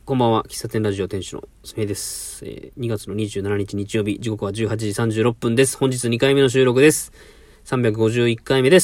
こんばんは。喫茶店ラジオ店主のすみです。2月の27日日曜日、時刻は18時36分です。本日2回目の収録です。351回目です。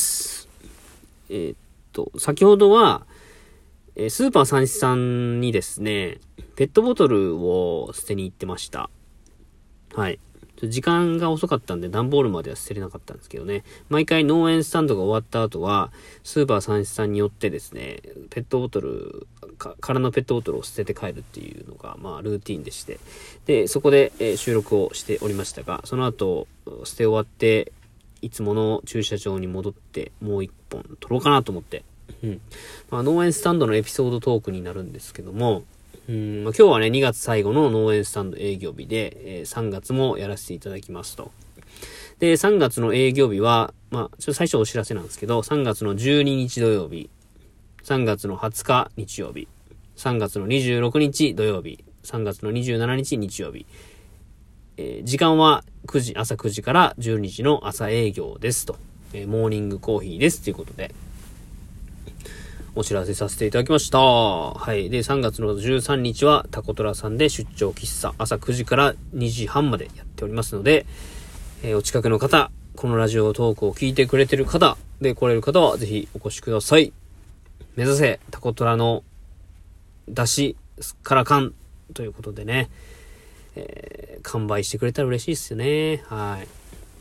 先ほどは、スーパー三枝さんにですね、ペットボトルを捨てに行ってました。はい。時間が遅かったんで段ボールまでは捨てれなかったんですけどね。毎回農園スタンドが終わった後は、スーパー三枝さんによってですね、ペットボトル、空のペットボトルを捨てて帰るっていうのが、ルーティンでして。で、そこで、収録をしておりましたが、その後、捨て終わって、いつもの駐車場に戻って、もう一本撮ろうかなと思って。農園スタンドのエピソードトークになるんですけども、今日はね、2月最後の農園スタンド営業日で、3月もやらせていただきますと。で、3月の営業日は、ちょっと最初お知らせなんですけど、3月の12日土曜日、3月の20日日曜日、3月の26日土曜日、3月の27日日曜日、時間は朝9時から12時の朝営業ですと。モーニングコーヒーですということで、お知らせさせていただきました。はい。で、3月の13日はタコトラさんで出張喫茶、朝9時から2時半までやっておりますので、お近くの方、このラジオトークを聞いてくれてる方で来れる方はぜひお越しください。目指せタコトラの出汁から缶ということでね、完売してくれたら嬉しいですよね。はい。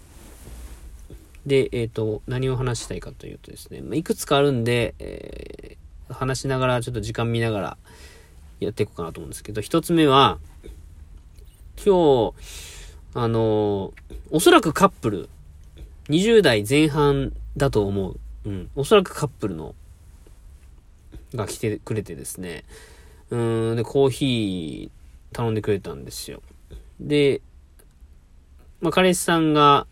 で、何を話したいかというとですね、いくつかあるんで、話しながら、ちょっと時間見ながらやっていこうかなと思うんですけど、一つ目は、今日、おそらくカップル、20代前半だと思う。おそらくカップルが来てくれてですね、で、コーヒー頼んでくれたんですよ。で、彼氏さんが、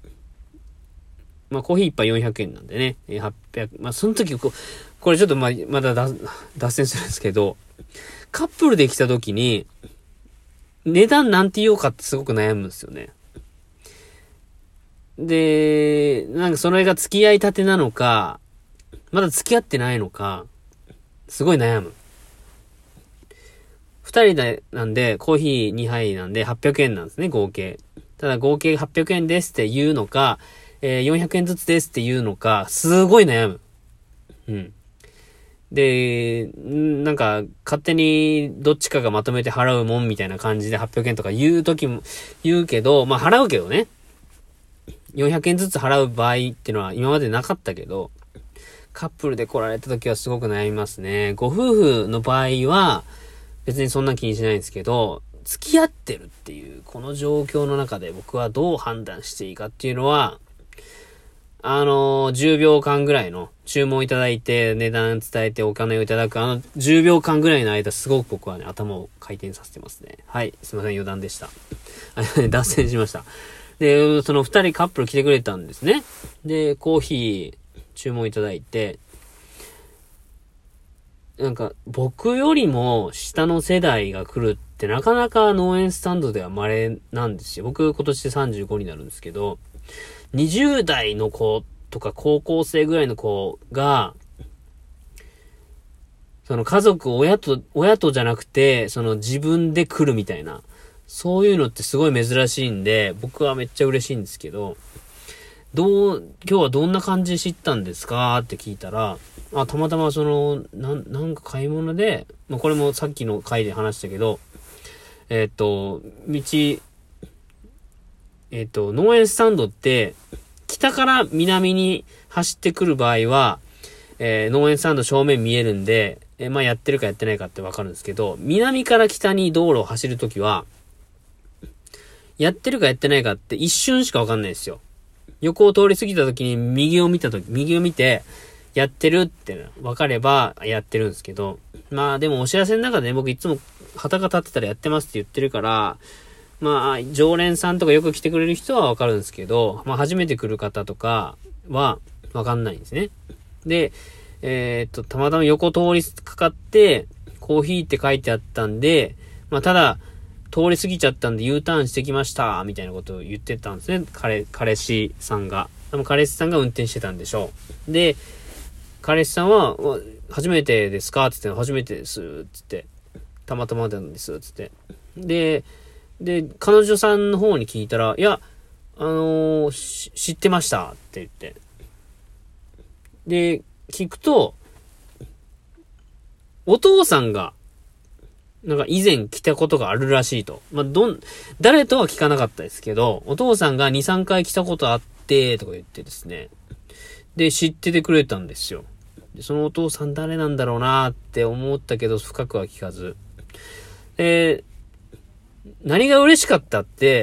コーヒー一杯400円なんでね、800、その時、これちょっとまだ脱線するんですけど、カップルで来た時に、値段なんて言おうかってすごく悩むんですよね。で、それが付き合いたてなのか、まだ付き合ってないのか、すごい悩む。2人なんで、コーヒー2杯なんで800円なんですね、合計。ただ合計800円ですって言うのか、400円ずつですって言うのか、すごい悩む。で、勝手にどっちかがまとめて払うもんみたいな感じで800円とか言うけど、払うけどね。400円ずつ払う場合っていうのは今までなかったけど、カップルで来られた時はすごく悩みますね。ご夫婦の場合は、別にそんな気にしないんですけど、付き合ってるっていう、この状況の中で僕はどう判断していいかっていうのは、10秒間ぐらいの注文いただいて値段伝えてお金をいただく10秒間ぐらいの間すごく僕はね頭を回転させてますね。はい、すいません、余談でした。脱線しました。で、その2人カップル来てくれたんですね。で、コーヒー注文いただいて、僕よりも下の世代が来るってなかなか農園スタンドでは稀なんですよ。僕今年で35になるんですけど、20代の子とか高校生ぐらいの子が、その家族、親とじゃなくて、その自分で来るみたいな、そういうのってすごい珍しいんで、僕はめっちゃ嬉しいんですけど、今日はどんな感じで知ったんですかって聞いたら、たまたまなんか買い物で、これもさっきの回で話したけど、農園スタンドって、北から南に走ってくる場合は、農園スタンド正面見えるんで、やってるかやってないかってわかるんですけど、南から北に道路を走るときは、やってるかやってないかって一瞬しかわかんないですよ。横を通り過ぎたときに右を見て、やってるってわかればやってるんですけど、でもお知らせの中でね、僕いつも旗が立ってたらやってますって言ってるから、常連さんとかよく来てくれる人はわかるんですけど、初めて来る方とかはわかんないんですね。で、たまたま横通りかかって、コーヒーって書いてあったんで、ただ、通り過ぎちゃったんで U ターンしてきました、みたいなことを言ってたんですね。彼氏さんが。彼氏さんが運転してたんでしょう。で、彼氏さんは、初めてですかって言って、初めてです、って言って。 たまたまなんです、つって。で、彼女さんの方に聞いたら、いや、知ってましたって言って。で、聞くと、お父さんが、なんか以前来たことがあるらしいと。まあ、誰とは聞かなかったですけど、お父さんが2、3回来たことあって、とか言ってですね。で、知っててくれたんですよ。でそのお父さん誰なんだろうなって思ったけど、深くは聞かず。何が嬉しかったって、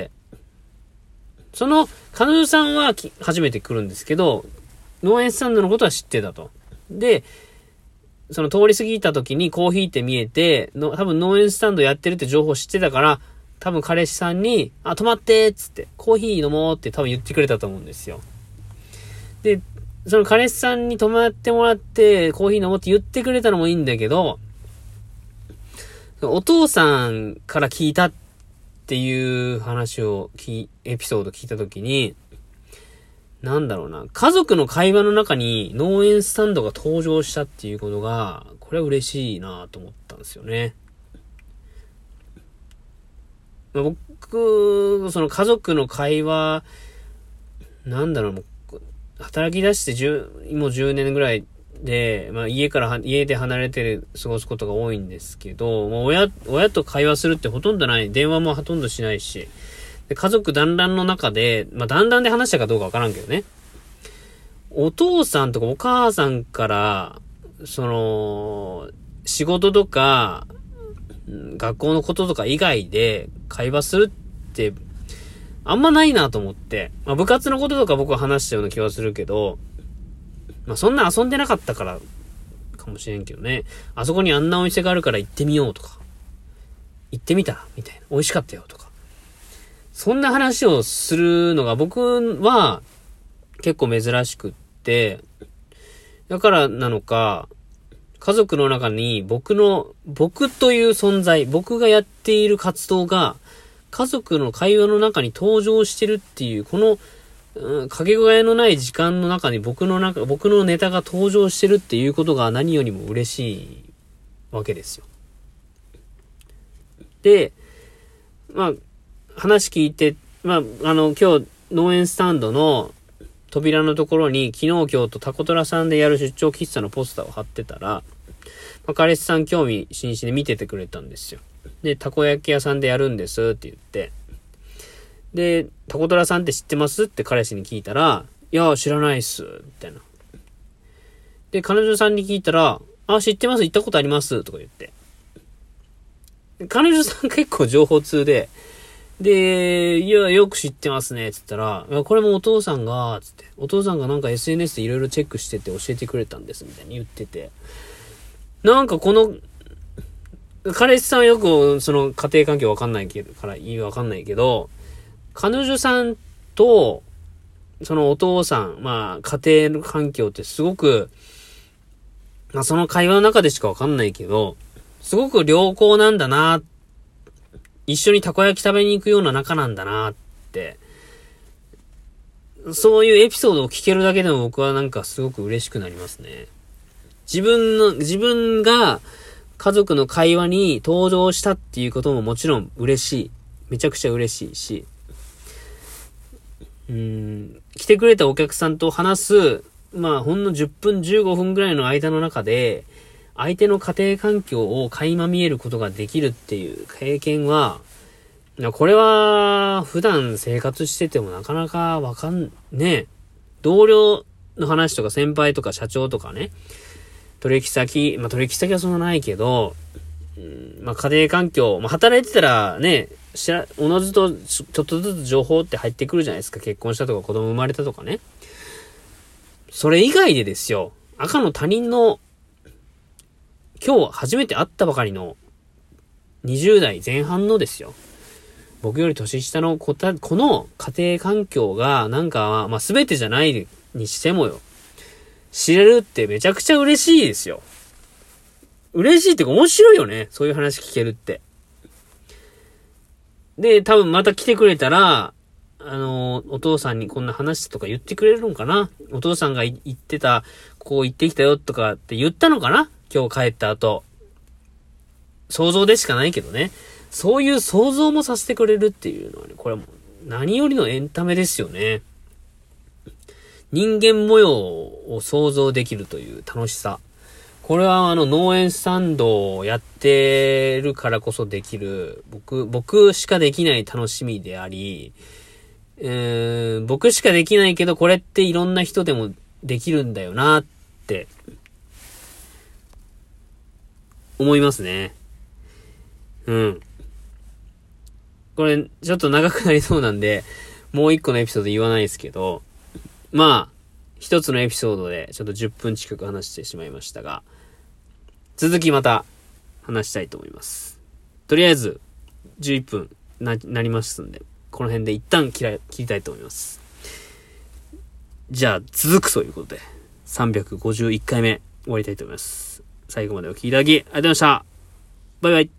その彼女さんは初めて来るんですけど、農園スタンドのことは知ってたと。で、その通り過ぎた時にコーヒーって見えて、多分農園スタンドやってるって情報知ってたから、多分彼氏さんに、止まってっつって、コーヒー飲もうって多分言ってくれたと思うんですよ。で、その彼氏さんに泊まってもらって、コーヒー飲もうって言ってくれたのもいいんだけど、お父さんから聞いたっていう話をエピソード聞いたときに、なんだろうな、家族の会話の中に農園スタンドが登場したっていうことが、これは嬉しいなと思ったんですよね。僕、その家族の会話、なんだろう、働き出してもう10年ぐらいで、まあ家で離れて過ごすことが多いんですけど、もう親と会話するってほとんどない。電話もほとんどしないし。で家族団らんの中で、まあ団らんで話したかどうかわからんけどね。お父さんとかお母さんから、仕事とか、学校のこととか以外で会話するって、あんまないなと思って。まあ部活のこととか僕は話したような気はするけど、まあそんな遊んでなかったからかもしれんけどね。あそこにあんなお店があるから行ってみようとか。行ってみたらみたいな。美味しかったよとか。そんな話をするのが僕は結構珍しくって、だからなのか、家族の中に僕という存在、僕がやっている活動が家族の会話の中に登場してるっていう、この、かけがえのない時間の中に僕のネタが登場してるっていうことが何よりも嬉しいわけですよ。で、まあ、話聞いて、まあ、今日、農園スタンドの扉のところに、昨日今日とタコトラさんでやる出張喫茶のポスターを貼ってたら、まあ、彼氏さん興味津々で見ててくれたんですよ。で、たこ焼き屋さんでやるんですって言って、で、タコトラさんって知ってますって彼氏に聞いたら、いや、知らないっす、みたいな。で、彼女さんに聞いたら、知ってます、行ったことあります、とか言って。彼女さん結構情報通で、で、いや、よく知ってますね、つったら、いや、これもお父さんが、つって、お父さんがなんか SNS でいろいろチェックしてて教えてくれたんです、みたいに言ってて。なんかこの、彼氏さんはよくその家庭環境わかんないけど、彼女さんと、そのお父さん、まあ家庭の環境ってすごく、まあその会話の中でしかわかんないけど、すごく良好なんだな、一緒にたこ焼き食べに行くような仲なんだなって、そういうエピソードを聞けるだけでも僕はなんかすごく嬉しくなりますね。自分が家族の会話に登場したっていうことももちろん嬉しい。めちゃくちゃ嬉しいし、来てくれたお客さんと話す、まあほんの10分15分ぐらいの間の中で、相手の家庭環境を垣間見えることができるっていう経験は、これは普段生活しててもなかなか同僚の話とか先輩とか社長とかね、取引先はそんなないけど、まあ家庭環境、まあ働いてたらね、おのずとちょっとずつ情報って入ってくるじゃないですか。結婚したとか子供生まれたとかね。それ以外でですよ、赤の他人の今日初めて会ったばかりの20代前半のですよ。僕より年下のこの家庭環境がなんか、まあ全てじゃないにしてもよ。知れるってめちゃくちゃ嬉しいですよ。嬉しいってか面白いよね。そういう話聞けるって。で、多分また来てくれたら、お父さんにこんな話とか言ってくれるのかな。お父さんが言ってた、こう言ってきたよとかって言ったのかな。今日帰った後。 想像でしかないけどね。そういう想像もさせてくれるっていうのはね、これはもう何よりのエンタメですよね。人間模様を想像できるという楽しさ。これは農園スタンドをやってるからこそできる、僕しかできない楽しみであり、僕しかできないけどこれっていろんな人でもできるんだよなって思いますね。うん。これちょっと長くなりそうなんで、もう一個のエピソード言わないですけど、まあ、一つのエピソードでちょっと10分近く話してしまいましたが、続きまた話したいと思います。とりあえず11分なりますんで、この辺で一旦切りたいと思います。じゃあ続くということで、351回目終わりたいと思います。最後までお聞きいただきありがとうございました。バイバイ。